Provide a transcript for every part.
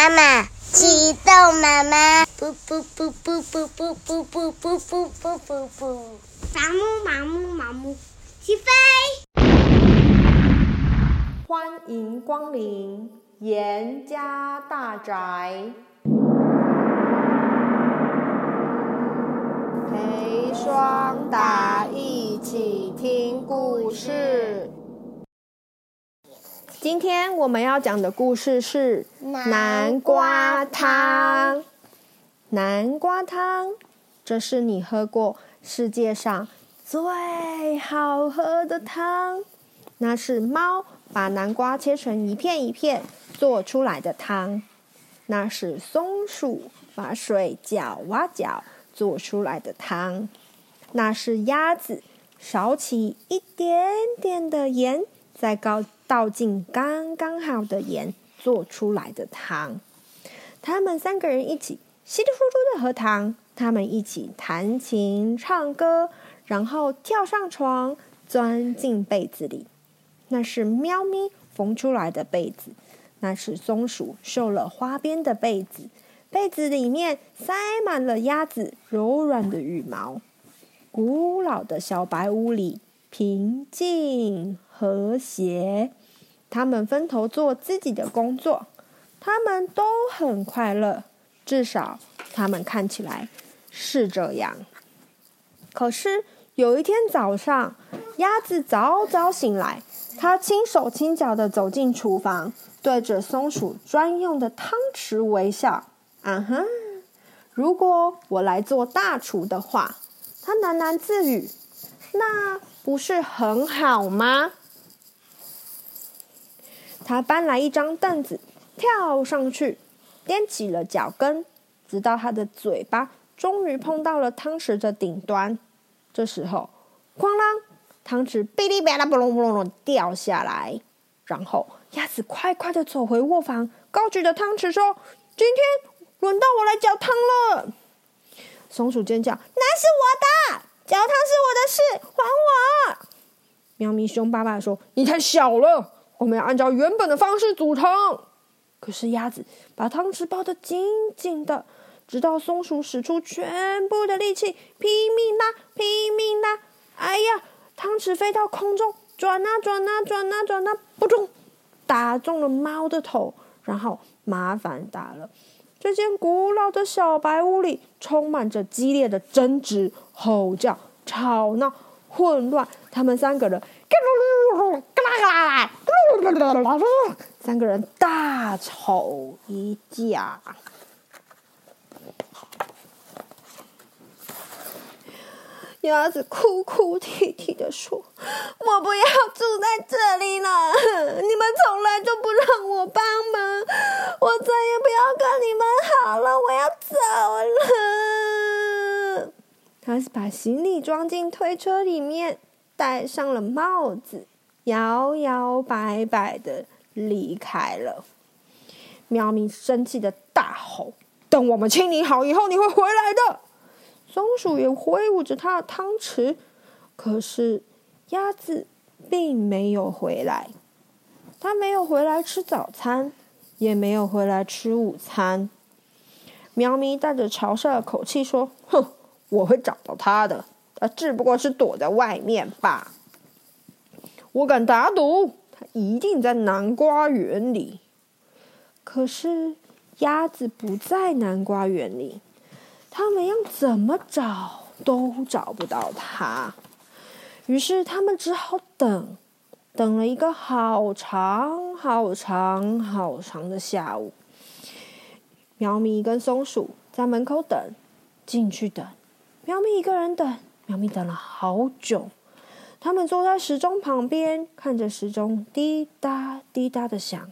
妈妈，启动妈妈，噗噗噗噗噗噗噗噗噗噗噗噗噗，马木，起飞！ 欢迎光临严家大宅，陪双打一起听故事。今天我们要讲的故事是南瓜汤。南瓜汤，这是你喝过世界上最好喝的汤。那是猫把南瓜切成一片一片做出来的汤。那是松鼠把水搅啊搅做出来的汤。那是鸭子少起一点点的盐，再倒进刚刚好的盐做出来的汤。他们三个人一起稀里糊涂的喝汤，他们一起弹琴唱歌，然后跳上床钻进被子里。那是喵咪缝出来的被子，那是松鼠绣了花边的被子，被子里面塞满了鸭子柔软的羽毛。古老的小白屋里平静和谐，他们分头做自己的工作，他们都很快乐，至少他们看起来是这样。可是有一天早上，鸭子早早醒来，它轻手轻脚地走进厨房，对着松鼠专用的汤匙微笑。如果我来做大厨的话，它喃喃自语，那不是很好吗？他搬来一张凳子，跳上去，踮起了脚跟，直到他的嘴巴终于碰到了汤匙的顶端。这时候，哐啷，汤匙哔哩吧啦不隆不隆掉下来。然后鸭子快快地走回卧房，高举着汤匙说：“今天轮到我来搅汤了。”松鼠尖叫：“那是我的！搅汤是我的事，还我！”喵咪凶巴巴地说：“你太小了，我们要按照原本的方式煮汤。”可是鸭子把汤匙抱得紧紧的，直到松鼠使出全部的力气，拼命拉，拼命拉。哎呀，汤匙飞到空中，转啊转啊转啊转啊，扑通，打中了猫的头，然后麻烦大了。这间古老的小白屋里充满着激烈的争执、吼叫、吵闹、混乱。他们三个人三个人大吵一架。鸭子哭哭啼啼地说：“我不要住在这里了，你们从来都不让我帮忙，我再也不要跟你们好了，我要走了。”他把行李装进推车里面，戴上了帽子，摇摇摆摆的离开了。喵咪生气的大吼：“等我们清理好以后，你会回来的！”松鼠也挥舞着它的汤匙，可是鸭子并没有回来。它没有回来吃早餐，也没有回来吃午餐。喵咪带着嘲笑的口气说：“哼，我会找到它的，它只不过是躲在外面吧。我敢打赌，它一定在南瓜园里。”可是鸭子不在南瓜园里。他们要怎么找都找不到它，于是他们只好等了一个好长好长好长的下午。喵咪跟松鼠在门口等，进去等。喵咪一个人等，喵咪等了好久。他们坐在时钟旁边，看着时钟滴答滴答的响。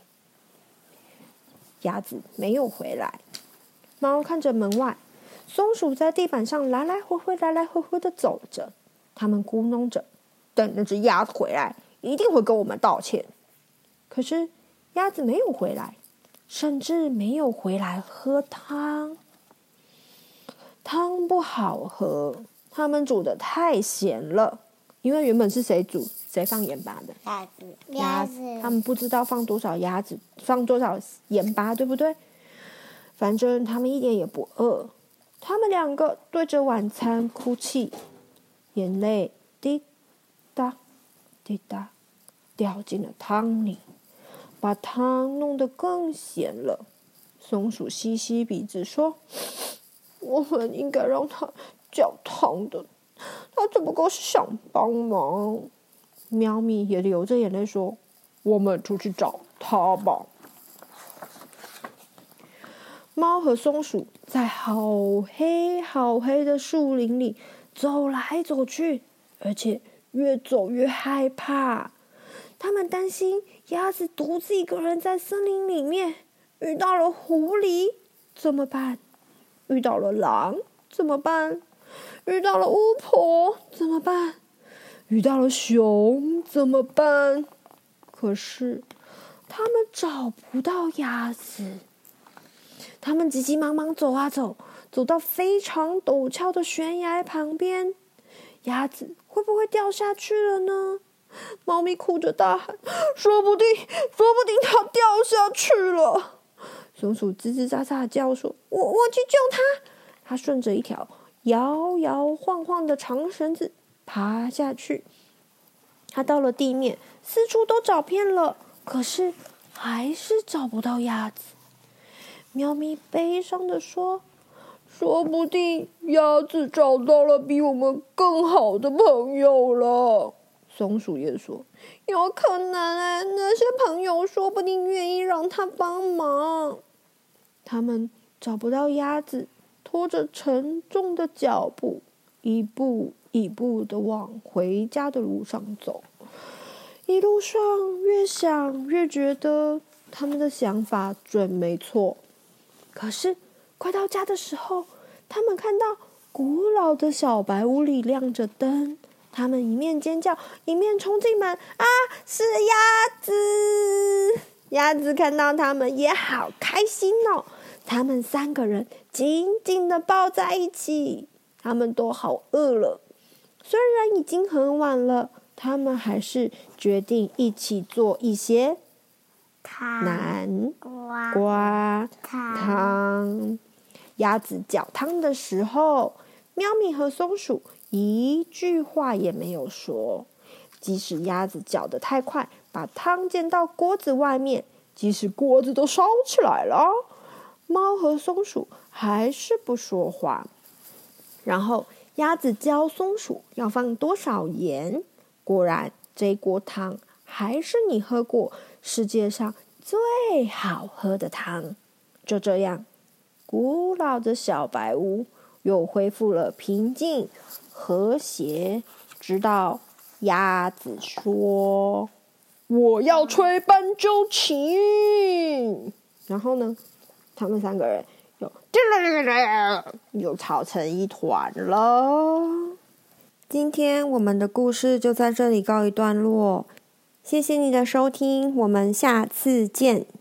鸭子没有回来，猫看着门外。松鼠在地板上来来回回的走着，他们咕哝着，等那只鸭子回来，一定会跟我们道歉。可是鸭子没有回来，甚至没有回来喝汤。汤不好喝，他们煮的太咸了。因为原本是谁放盐巴的？ 鸭子。 他们不知道放多少盐巴，对不对？ 反正他们一点也不饿。他们两个对着晚餐哭泣，眼泪滴答滴答掉进了汤里，把汤弄得更咸了。松鼠吸吸鼻子说：“我们应该让他搅汤的，他只不过是想帮忙。”喵咪也流着眼泪说：“我们出去找他吧。”猫和松鼠在好黑好黑的树林里走来走去，而且越走越害怕。他们担心鸭子独自一个人在森林里面，遇到了狐狸怎么办？遇到了狼怎么办？遇到了巫婆怎么办？遇到了熊怎么办？可是他们找不到鸭子。他们急急忙忙走啊走，走到非常陡峭的悬崖旁边。鸭子会不会掉下去了呢？猫咪哭着大喊：“说不定它掉下去了。”松鼠吱吱喳喳叫说：“我去救它！”它顺着一条摇摇晃晃的长绳子爬下去。它到了地面，四处都找遍了，可是还是找不到鸭子。喵咪悲伤地说：“说不定鸭子找到了比我们更好的朋友了。”松鼠也说：“有可能那些朋友说不定愿意让它帮忙。”他们找不到鸭子，拖着沉重的脚步，一步一步地往回家的路上走。一路上越想越觉得他们的想法准没错。可是快到家的时候，他们看到古老的小白屋里亮着灯，他们一面尖叫一面冲进门。啊，是鸭子！鸭子看到他们也好开心哦，他们三个人紧紧地抱在一起。他们都好饿了，虽然已经很晚了，他们还是决定一起做一些南瓜汤。鸭子搅汤的时候，喵咪和松鼠一句话也没有说。即使鸭子搅得太快，把汤溅到锅子外面，即使锅子都烧起来了，猫和松鼠还是不说话。然后鸭子教松鼠要放多少盐，果然这锅汤还是你喝过世界上最好喝的汤。就这样，古老的小白屋又恢复了平静和谐，直到鸭子说：“我要吹斑鸠琴。”然后呢，他们三个人又吵成一团了。今天我们的故事就在这里告一段落，谢谢你的收听，我们下次见。